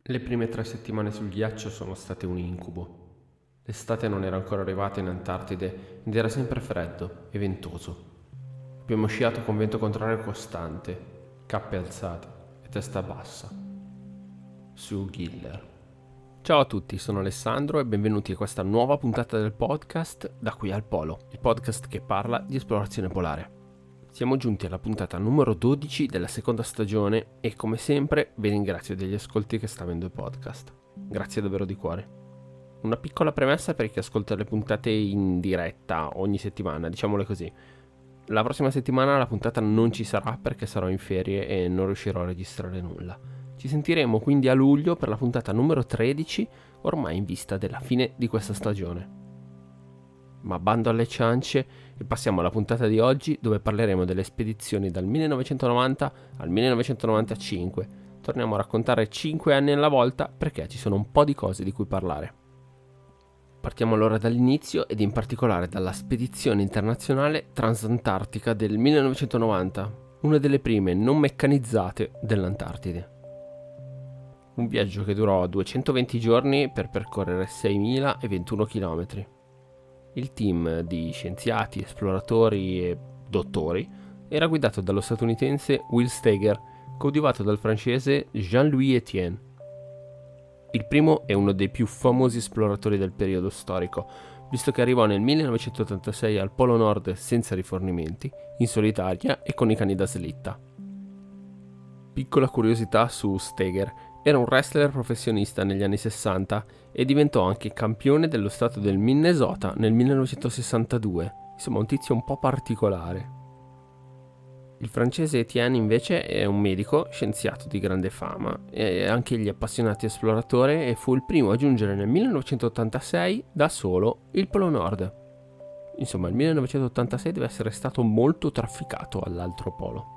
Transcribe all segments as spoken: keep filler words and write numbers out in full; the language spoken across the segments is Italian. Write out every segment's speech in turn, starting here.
Le prime tre settimane sul ghiaccio sono state un incubo. L'estate non era ancora arrivata in Antartide ed era sempre freddo e ventoso. Abbiamo sciato con vento contrario costante, cappe alzate e testa bassa. Su Giller. Ciao a tutti, sono Alessandro e benvenuti a questa nuova puntata del podcast Da qui al Polo, il podcast che parla di esplorazione polare. Siamo giunti alla puntata numero dodici della seconda stagione e come sempre vi ringrazio degli ascolti che sta avendo il podcast. Grazie davvero di cuore. Una piccola premessa per chi ascolta le puntate in diretta ogni settimana, diciamole così. La prossima settimana la puntata non ci sarà perché sarò in ferie e non riuscirò a registrare nulla. Ci sentiremo quindi a luglio per la puntata numero tredici, ormai in vista della fine di questa stagione. Ma bando alle ciance e passiamo alla puntata di oggi dove parleremo delle spedizioni dal millenovecentonovanta al millenovecentonovantacinque. Torniamo a raccontare cinque anni alla volta perché ci sono un po' di cose di cui parlare. Partiamo allora dall'inizio ed in particolare dalla spedizione internazionale transantartica del millenovecentonovanta, una delle prime non meccanizzate dell'Antartide. Un viaggio che durò duecentoventi giorni per percorrere seimilaventuno chilometri. Il team di scienziati, esploratori e dottori era guidato dallo statunitense Will Steger, coadiuvato dal francese Jean-Louis Etienne. Il primo è uno dei più famosi esploratori del periodo storico, visto che arrivò nel millenovecentottantasei al Polo Nord senza rifornimenti, in solitaria e con i cani da slitta. Piccola curiosità su Steger: era un wrestler professionista negli anni sessanta e diventò anche campione dello stato del Minnesota nel millenovecentosessantadue. Insomma, un tizio un po' particolare. Il francese Etienne invece è un medico, scienziato di grande fama, e anche egli appassionato esploratore e fu il primo a giungere nel millenovecentottantasei da solo il Polo Nord. Insomma, il millenovecentottantasei deve essere stato molto trafficato all'altro polo.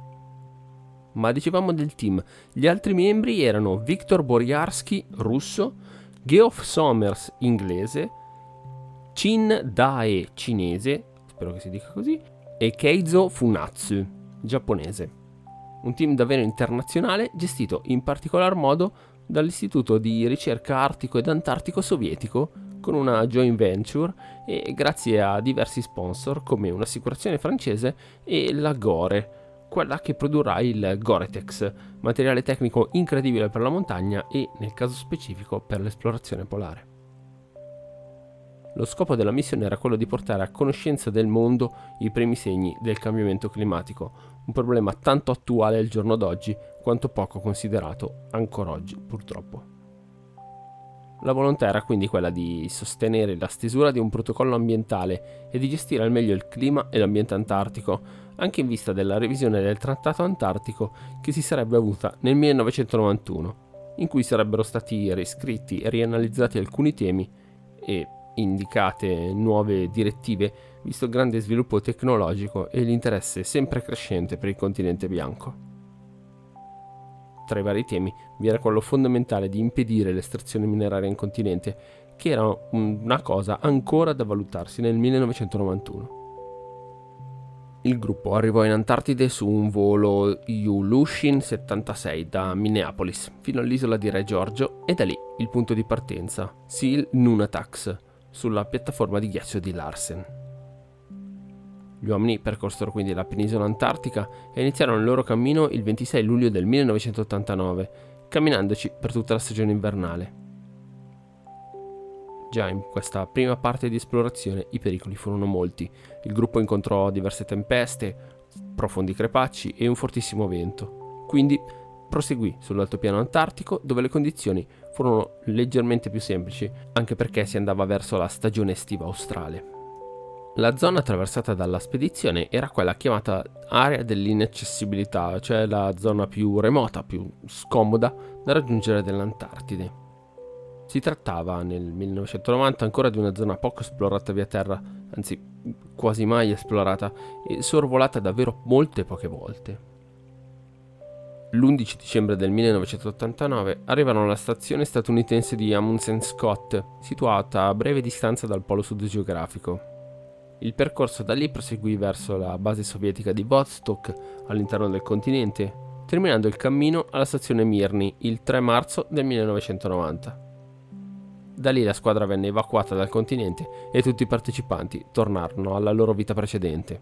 Ma dicevamo del team, gli altri membri erano Viktor Boyarsky, russo, Geoff Somers, inglese, Chin Dae, cinese, spero che si dica così, e Keizo Funatsu, giapponese. Un team davvero internazionale gestito in particolar modo dall'Istituto di Ricerca Artico ed Antartico Sovietico con una joint venture e grazie a diversi sponsor come un'assicurazione francese e la Gore, quella che produrrà il Gore-Tex, materiale tecnico incredibile per la montagna e, nel caso specifico, per l'esplorazione polare. Lo scopo della missione era quello di portare a conoscenza del mondo i primi segni del cambiamento climatico, un problema tanto attuale al giorno d'oggi quanto poco considerato ancora oggi, purtroppo. La volontà era quindi quella di sostenere la stesura di un protocollo ambientale e di gestire al meglio il clima e l'ambiente antartico, anche in vista della revisione del Trattato Antartico che si sarebbe avuta nel millenovecentonovantuno, in cui sarebbero stati riscritti e rianalizzati alcuni temi e indicate nuove direttive, visto il grande sviluppo tecnologico e l'interesse sempre crescente per il continente bianco. Tra i vari temi vi era quello fondamentale di impedire l'estrazione mineraria in continente, che era una cosa ancora da valutarsi nel millenovecentonovantuno. Il gruppo arrivò in Antartide su un volo Ilyushin settantasei da Minneapolis fino all'isola di Re Giorgio e da lì il punto di partenza, Seal Nunatax, sulla piattaforma di ghiaccio di Larsen. Gli uomini percorsero quindi la penisola antartica e iniziarono il loro cammino il ventisei luglio del millenovecentottantanove, camminandoci per tutta la stagione invernale. Già in questa prima parte di esplorazione i pericoli furono molti. Il gruppo incontrò diverse tempeste, profondi crepacci e un fortissimo vento. Quindi proseguì sull'altopiano antartico, dove le condizioni furono leggermente più semplici, anche perché si andava verso la stagione estiva australe. La zona attraversata dalla spedizione era quella chiamata area dell'inaccessibilità, cioè la zona più remota, più scomoda da raggiungere dell'Antartide. Si trattava nel millenovecentonovanta ancora di una zona poco esplorata via terra, anzi quasi mai esplorata e sorvolata davvero molte poche volte. L'undici dicembre del millenovecentottantanove arrivarono alla stazione statunitense di Amundsen Scott, situata a breve distanza dal polo sud geografico. Il percorso da lì proseguì verso la base sovietica di Vostok all'interno del continente, terminando il cammino alla stazione Mirny il tre marzo del millenovecentonovanta. Da lì la squadra venne evacuata dal continente e tutti i partecipanti tornarono alla loro vita precedente.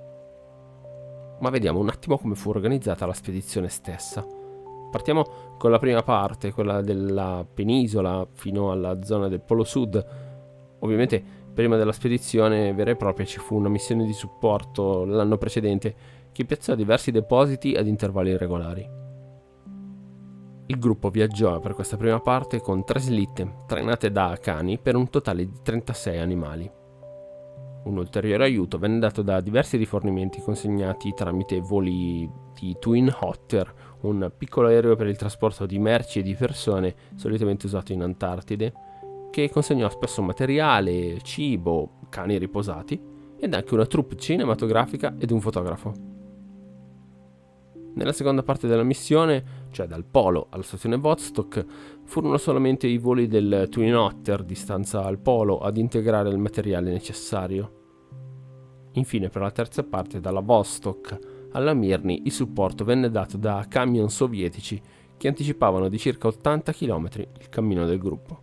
Ma vediamo un attimo come fu organizzata la spedizione stessa. Partiamo con la prima parte, quella della penisola fino alla zona del Polo Sud. Ovviamente prima della spedizione vera e propria ci fu una missione di supporto l'anno precedente che piazzò diversi depositi ad intervalli regolari. Il gruppo viaggiò per questa prima parte con tre slitte trainate da cani per un totale di trentasei animali. Un ulteriore aiuto venne dato da diversi rifornimenti consegnati tramite voli di Twin Otter, un piccolo aereo per il trasporto di merci e di persone solitamente usato in Antartide, che consegnò spesso materiale, cibo, cani riposati ed anche una troupe cinematografica ed un fotografo. Nella seconda parte della missione, cioè dal polo alla stazione Vostok, furono solamente i voli del Twin Otter di stanza al polo ad integrare il materiale necessario. Infine, per la terza parte, dalla Vostok alla Mirny, il supporto venne dato da camion sovietici che anticipavano di circa ottanta chilometri il cammino del gruppo.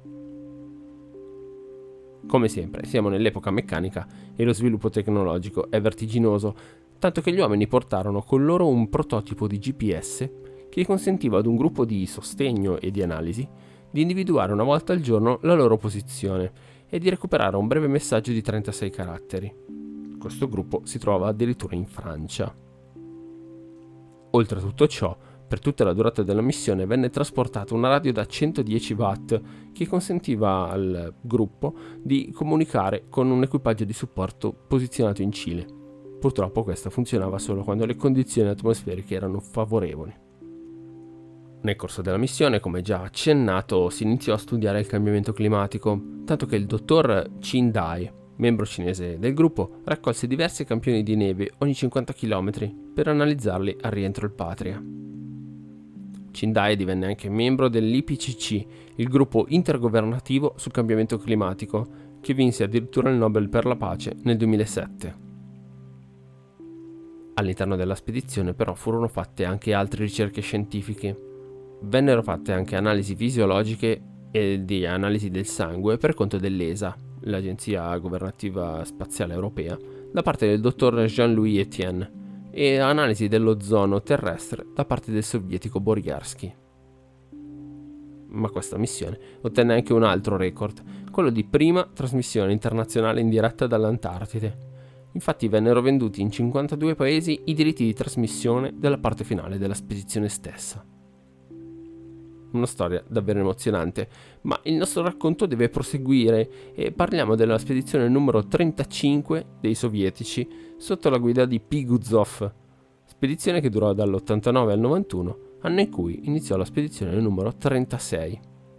Come sempre, siamo nell'epoca meccanica e lo sviluppo tecnologico è vertiginoso, tanto che gli uomini portarono con loro un prototipo di G P S che consentiva ad un gruppo di sostegno e di analisi di individuare una volta al giorno la loro posizione e di recuperare un breve messaggio di trentasei caratteri. Questo gruppo si trovava addirittura in Francia. Oltre a tutto ciò, per tutta la durata della missione venne trasportata una radio da centodieci watt che consentiva al gruppo di comunicare con un equipaggio di supporto posizionato in Cile. Purtroppo questa funzionava solo quando le condizioni atmosferiche erano favorevoli. Nel corso della missione, come già accennato, si iniziò a studiare il cambiamento climatico, tanto che il dottor Chin Dai, membro cinese del gruppo, raccolse diversi campioni di neve ogni cinquanta chilometri per analizzarli al rientro in patria. Chin Dai divenne anche membro dell'I P C C, il gruppo intergovernativo sul cambiamento climatico, che vinse addirittura il Nobel per la pace nel duemilasette. All'interno della spedizione però furono fatte anche altre ricerche scientifiche. Vennero fatte anche analisi fisiologiche e di analisi del sangue per conto dell'E S A, l'Agenzia Governativa Spaziale Europea, da parte del dottor Jean-Louis Etienne, e analisi dell'ozono terrestre da parte del sovietico Boyarsky. Ma questa missione ottenne anche un altro record, quello di prima trasmissione internazionale in diretta dall'Antartide. Infatti vennero venduti in cinquantadue paesi i diritti di trasmissione della parte finale della spedizione stessa. Una storia davvero emozionante, ma il nostro racconto deve proseguire e parliamo della spedizione numero trentacinque dei sovietici sotto la guida di Piguzov, spedizione che durò dall'ottantanove al novantuno, anno in cui iniziò la spedizione numero trentasei.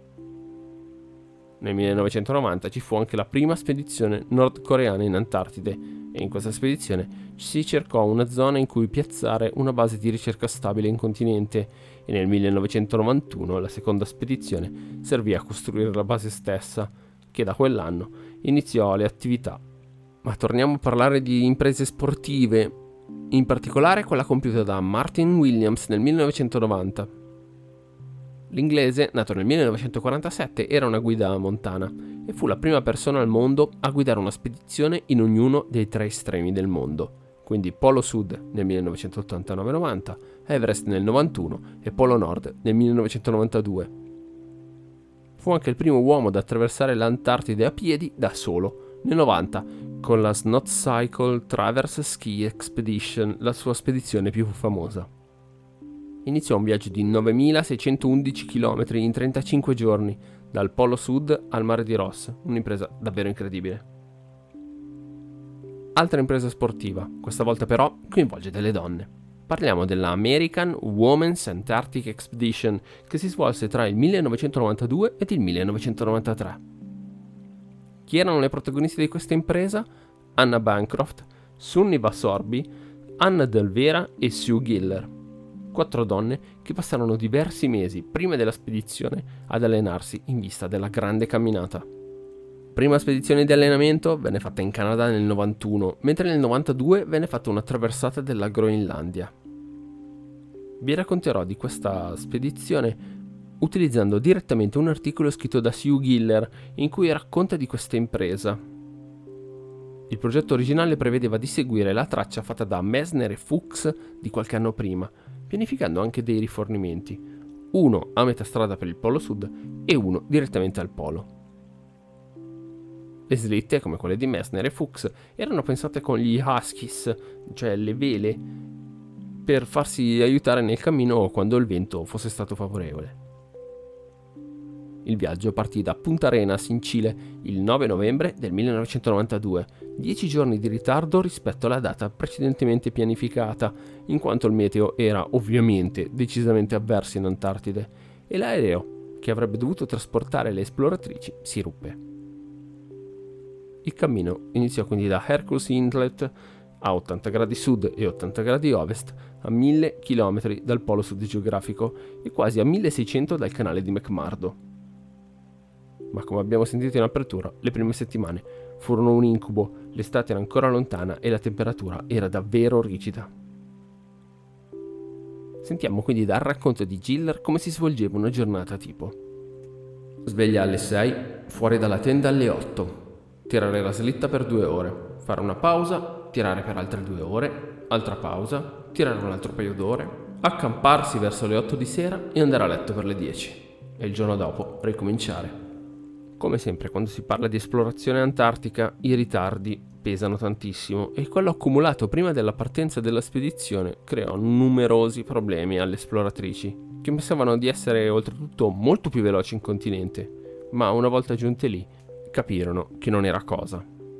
Nel millenovecentonovanta ci fu anche la prima spedizione nordcoreana in Antartide e in questa spedizione si cercò una zona in cui piazzare una base di ricerca stabile in continente e nel millenovecentonovantuno la seconda spedizione servì a costruire la base stessa, che da quell'anno iniziò le attività. Ma torniamo a parlare di imprese sportive, in particolare quella compiuta da Martin Williams nel millenovecentonovanta. L'inglese, nato nel millenovecentoquarantasette, era una guida montana e fu la prima persona al mondo a guidare una spedizione in ognuno dei tre estremi del mondo, quindi Polo Sud nel millenovecentottantanove novanta, Everest nel novantuno e Polo Nord nel millenovecentonovantadue. Fu anche il primo uomo ad attraversare l'Antartide a piedi da solo, nel novanta, con la Snot Cycle Traverse Ski Expedition, la sua spedizione più famosa. Iniziò un viaggio di novemilaseicentoundici chilometri in trentacinque giorni, dal Polo Sud al Mare di Ross, un'impresa davvero incredibile. Altra impresa sportiva, questa volta però coinvolge delle donne. Parliamo della American Women's Antarctic Expedition, che si svolse tra il millenovecentonovantadue ed il millenovecentonovantatré. Chi erano le protagoniste di questa impresa? Anna Bancroft, Sunniva Sorby, Anna Del Vera e Sue Giller. Quattro donne che passarono diversi mesi prima della spedizione ad allenarsi in vista della grande camminata. Prima spedizione di allenamento venne fatta in Canada nel novantuno, mentre nel novantadue venne fatta una traversata della Groenlandia. Vi racconterò di questa spedizione utilizzando direttamente un articolo scritto da Sue Giller in cui racconta di questa impresa. Il progetto originale prevedeva di seguire la traccia fatta da Messner e Fuchs di qualche anno prima, pianificando anche dei rifornimenti, uno a metà strada per il Polo Sud e uno direttamente al Polo. Le slitte, come quelle di Messner e Fuchs, erano pensate con gli huskies, cioè le vele, per farsi aiutare nel cammino quando il vento fosse stato favorevole. Il viaggio partì da Punta Arenas in Cile il nove novembre del millenovecentonovantadue, dieci giorni di ritardo rispetto alla data precedentemente pianificata, in quanto il meteo era ovviamente decisamente avverso in Antartide e l'aereo che avrebbe dovuto trasportare le esploratrici si ruppe. Il cammino iniziò quindi da Hercules Inlet a ottanta gradi sud e ottanta gradi ovest, a mille chilometri dal polo sud geografico e quasi a milleseicento dal canale di McMurdo. Ma come abbiamo sentito in apertura, le prime settimane furono un incubo, l'estate era ancora lontana e la temperatura era davvero rigida. Sentiamo quindi dal racconto di Giller come si svolgeva una giornata tipo. Sveglia alle sei, fuori dalla tenda alle otto. Tirare la slitta per due ore, fare una pausa, tirare per altre due ore, altra pausa, tirare un altro paio d'ore, accamparsi verso le otto di sera e andare a letto per le dieci. E il giorno dopo ricominciare. Come sempre quando si parla di esplorazione antartica, i ritardi pesano tantissimo e quello accumulato prima della partenza della spedizione creò numerosi problemi alle esploratrici, che pensavano di essere oltretutto molto più veloci in continente, ma una volta giunte lì capirono che non era cosa.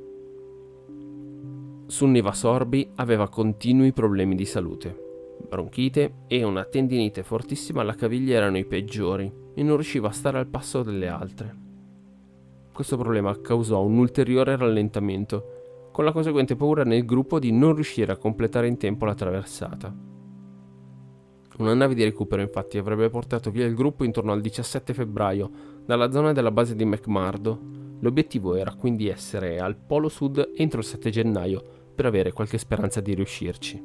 Sunniva Sorby aveva continui problemi di salute. Bronchite e una tendinite fortissima alla caviglia erano i peggiori e non riusciva a stare al passo delle altre. Questo problema causò un ulteriore rallentamento, con la conseguente paura nel gruppo di non riuscire a completare in tempo la traversata. Una nave di recupero infatti avrebbe portato via il gruppo intorno al diciassette febbraio dalla zona della base di McMurdo. L'obiettivo era quindi essere al Polo Sud entro il sette gennaio per avere qualche speranza di riuscirci.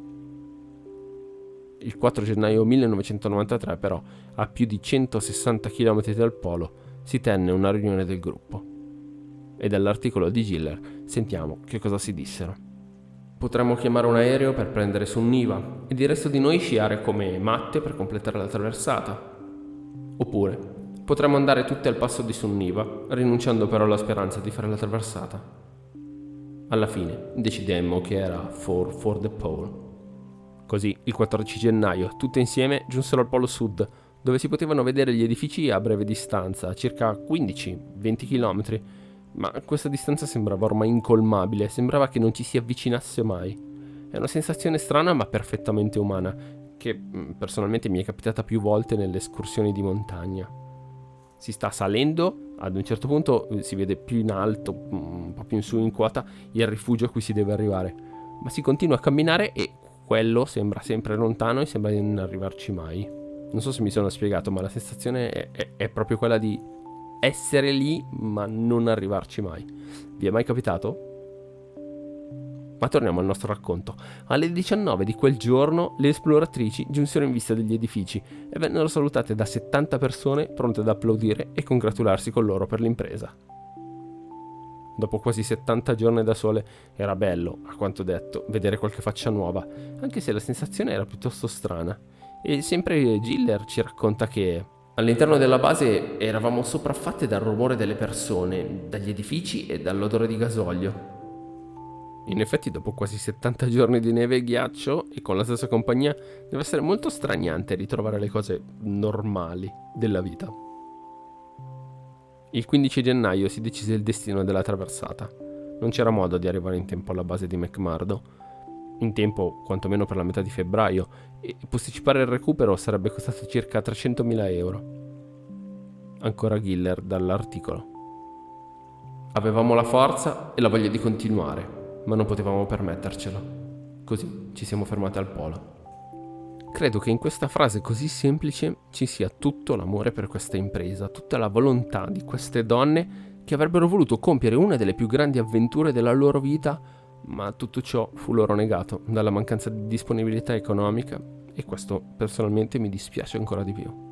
Il quattro gennaio millenovecentonovantatré però, a più di centosessanta chilometri dal Polo, si tenne una riunione del gruppo. E dall'articolo di Giller sentiamo che cosa si dissero. Potremmo chiamare un aereo per prendere Sunniva ed il resto di noi sciare come matte per completare la traversata. Oppure potremmo andare tutti al passo di Sunniva, rinunciando però alla speranza di fare la traversata. Alla fine decidemmo che era for for the pole. Così il quattordici gennaio tutte insieme giunsero al Polo Sud, dove si potevano vedere gli edifici a breve distanza, a circa quindici venti chilometri, ma questa distanza sembrava ormai incolmabile, sembrava che non ci si avvicinasse mai. È una sensazione strana ma perfettamente umana, che personalmente mi è capitata più volte nelle escursioni di montagna. Si sta salendo, ad un certo punto si vede più in alto, un po' più in su in quota, il rifugio a cui si deve arrivare, ma si continua a camminare e quello sembra sempre lontano e sembra di non arrivarci mai. Non so se mi sono spiegato, ma la sensazione è, è, è proprio quella di essere lì ma non arrivarci mai. Vi è mai capitato? Ma torniamo al nostro racconto. Alle diciannove di quel giorno le esploratrici giunsero in vista degli edifici e vennero salutate da settanta persone pronte ad applaudire e congratularsi con loro per l'impresa. Dopo quasi settanta giorni da sole era bello, a quanto detto, vedere qualche faccia nuova, anche se la sensazione era piuttosto strana. E sempre Giller ci racconta che all'interno della base eravamo sopraffatti dal rumore delle persone, dagli edifici e dall'odore di gasolio. In effetti, dopo quasi settanta giorni di neve e ghiaccio e con la stessa compagnia, deve essere molto straniante ritrovare le cose normali della vita. Il quindici gennaio si decise il destino della traversata. Non c'era modo di arrivare in tempo alla base di McMurdo, in tempo quantomeno per la metà di febbraio, e posticipare il recupero sarebbe costato circa trecentomila euro. Ancora Giller dall'articolo. Avevamo la forza e la voglia di continuare, ma non potevamo permettercelo. Così ci siamo fermati al polo. Credo che in questa frase così semplice ci sia tutto l'amore per questa impresa, tutta la volontà di queste donne che avrebbero voluto compiere una delle più grandi avventure della loro vita, ma tutto ciò fu loro negato dalla mancanza di disponibilità economica, e questo personalmente mi dispiace ancora di più.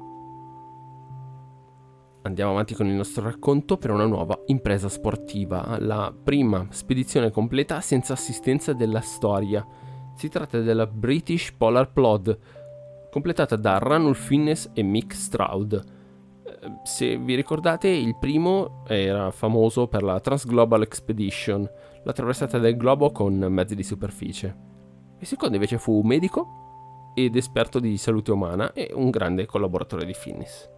Andiamo avanti con il nostro racconto per una nuova impresa sportiva, la prima spedizione completa senza assistenza della storia. Si tratta della British Polar Plod, completata da Ranulph Fiennes e Mick Stroud. Se vi ricordate, il primo era famoso per la Transglobal Expedition, la traversata del globo con mezzi di superficie. Il secondo invece fu medico ed esperto di salute umana e un grande collaboratore di Fiennes.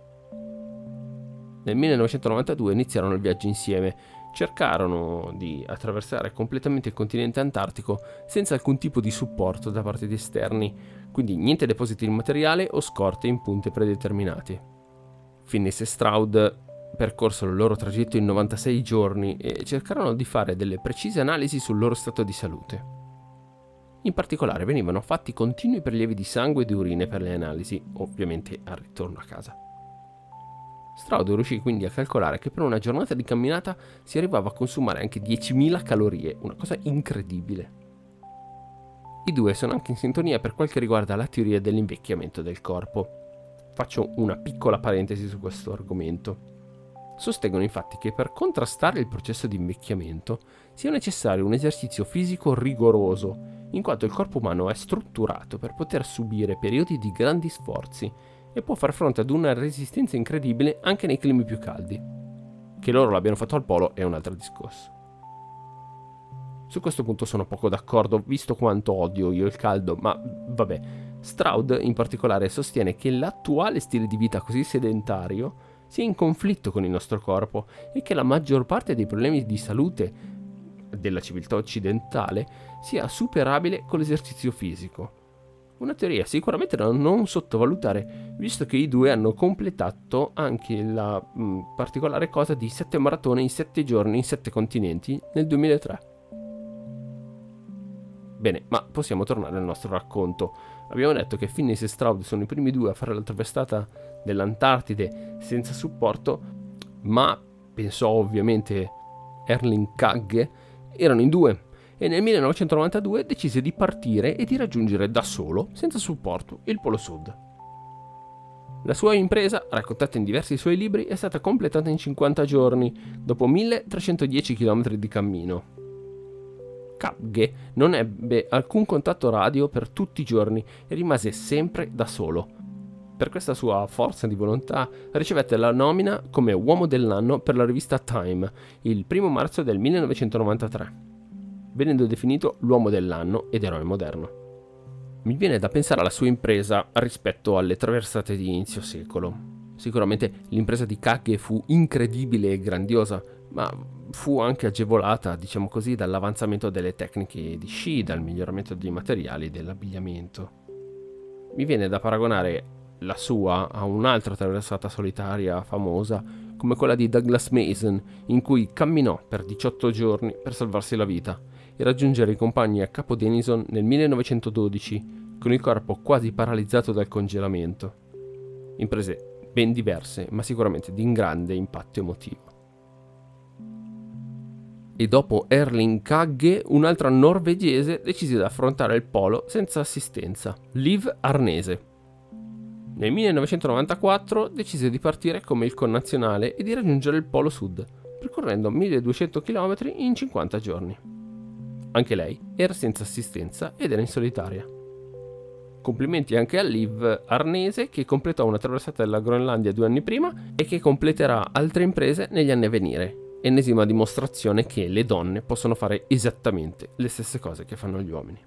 Nel millenovecentonovantadue iniziarono il viaggio insieme. Cercarono di attraversare completamente il continente antartico senza alcun tipo di supporto da parte di esterni, quindi niente depositi di materiale o scorte in punti predeterminati. Fiennes e Stroud percorsero il loro tragitto in novantasei giorni e cercarono di fare delle precise analisi sul loro stato di salute. In particolare venivano fatti continui prelievi di sangue e di urine per le analisi, ovviamente al ritorno a casa. Stroud riuscì quindi a calcolare che per una giornata di camminata si arrivava a consumare anche diecimila calorie, una cosa incredibile. I due sono anche in sintonia per quel che riguarda la teoria dell'invecchiamento del corpo. Faccio una piccola parentesi su questo argomento. Sostengono infatti che per contrastare il processo di invecchiamento sia necessario un esercizio fisico rigoroso, in quanto il corpo umano è strutturato per poter subire periodi di grandi sforzi e può far fronte ad una resistenza incredibile anche nei climi più caldi. Che loro l'abbiano fatto al polo è un altro discorso. Su questo punto sono poco d'accordo, visto quanto odio io il caldo, ma vabbè. Stroud in particolare sostiene che l'attuale stile di vita così sedentario sia in conflitto con il nostro corpo e che la maggior parte dei problemi di salute della civiltà occidentale sia superabile con l'esercizio fisico. Una teoria sicuramente da non sottovalutare, visto che i due hanno completato anche la mh, particolare cosa di sette maratone in sette giorni in sette continenti nel duemilatré. Bene, ma possiamo tornare al nostro racconto. Abbiamo detto che Fiennes e Stroud sono i primi due a fare la traversata dell'Antartide senza supporto, ma pensò ovviamente Erling Kagge, erano in due. E nel millenovecentonovantadue decise di partire e di raggiungere da solo, senza supporto, il Polo Sud. La sua impresa, raccontata in diversi suoi libri, è stata completata in cinquanta giorni, dopo milletrecentodieci chilometri di cammino. Kagge non ebbe alcun contatto radio per tutti i giorni e rimase sempre da solo. Per questa sua forza di volontà ricevette la nomina come uomo dell'anno per la rivista Time il primo marzo del millenovecentonovantatré. Venendo definito l'uomo dell'anno ed eroe moderno. Mi viene da pensare alla sua impresa rispetto alle traversate di inizio secolo. Sicuramente l'impresa di Kagge fu incredibile e grandiosa, ma fu anche agevolata, diciamo così, dall'avanzamento delle tecniche di sci, dal miglioramento dei materiali e dell'abbigliamento. Mi viene da paragonare la sua a un'altra traversata solitaria famosa, come quella di Douglas Mason, in cui camminò per diciotto giorni per salvarsi la vita e raggiungere i compagni a Capo Denison nel millenovecentododici con il corpo quasi paralizzato dal congelamento. Imprese ben diverse, ma sicuramente di un grande impatto emotivo. E dopo Erling Kagge, un'altra norvegese decise di affrontare il polo senza assistenza, Liv Arnese. Nel millenovecentonovantaquattro decise di partire come il connazionale e di raggiungere il Polo Sud, percorrendo milleduecento chilometri in cinquanta giorni. Anche lei era senza assistenza ed era in solitaria. Complimenti anche a Liv Arnese, che completò una traversata della Groenlandia due anni prima e che completerà altre imprese negli anni a venire. Ennesima dimostrazione che le donne possono fare esattamente le stesse cose che fanno gli uomini.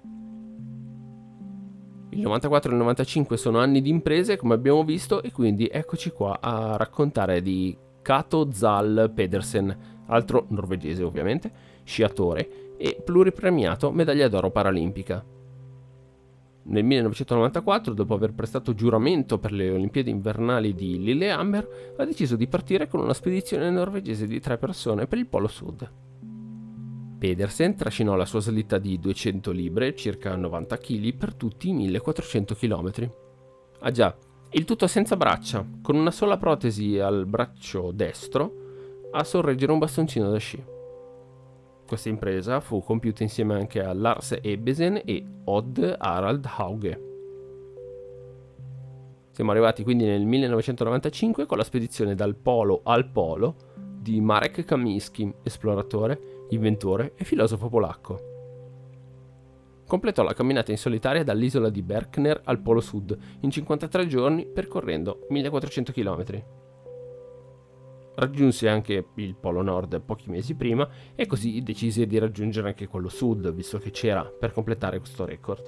Il novantaquattro e il novantacinque sono anni di imprese, come abbiamo visto, e quindi eccoci qua a raccontare di Cato Zahl Pedersen, altro norvegese ovviamente, sciatore e pluripremiato medaglia d'oro paralimpica. Nel millenovecentonovantaquattro, dopo aver prestato giuramento per le Olimpiadi invernali di Lillehammer, ha deciso di partire con una spedizione norvegese di tre persone per il Polo Sud. Pedersen trascinò la sua slitta di duecento libre, circa novanta chili, per tutti i millequattrocento chilometri. Ah già, il tutto senza braccia, con una sola protesi al braccio destro a sorreggere un bastoncino da sci. Questa impresa fu compiuta insieme anche a Lars Ebbesen e Odd Harald Hauge. Siamo arrivati quindi nel millenovecentonovantacinque con la spedizione dal polo al polo di Marek Kamiński, esploratore, inventore e filosofo polacco. Completò la camminata in solitaria dall'isola di Berkner al polo sud in cinquantatré giorni percorrendo millequattrocento chilometri. Raggiunse anche il polo nord pochi mesi prima e così decise di raggiungere anche quello sud, visto che c'era, per completare questo record.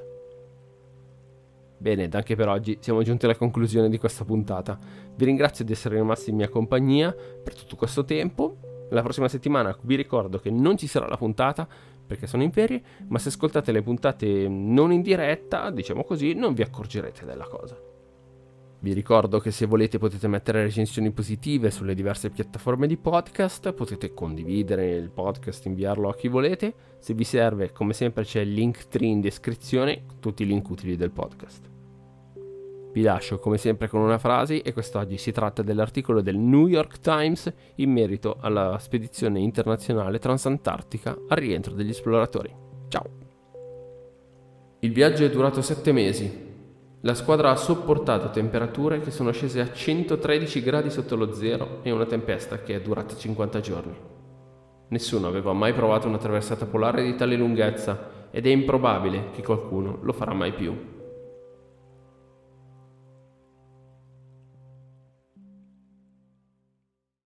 Bene, anche per oggi siamo giunti alla conclusione di questa puntata. Vi ringrazio di essere rimasti in mia compagnia per tutto questo tempo. La prossima settimana vi ricordo che non ci sarà la puntata perché sono in ferie, ma se ascoltate le puntate non in diretta, diciamo così, non vi accorgerete della cosa. Vi ricordo che se volete potete mettere recensioni positive sulle diverse piattaforme di podcast, potete condividere il podcast, inviarlo a chi volete. Se vi serve, come sempre c'è il Linktree in descrizione, tutti i link utili del podcast. Vi lascio come sempre con una frase e quest'oggi si tratta dell'articolo del New York Times in merito alla spedizione internazionale transantartica al rientro degli esploratori. Ciao! Il viaggio è durato sette mesi. La squadra ha sopportato temperature che sono scese a centotredici gradi sotto lo zero e una tempesta che è durata cinquanta giorni. Nessuno aveva mai provato una traversata polare di tale lunghezza ed è improbabile che qualcuno lo farà mai più.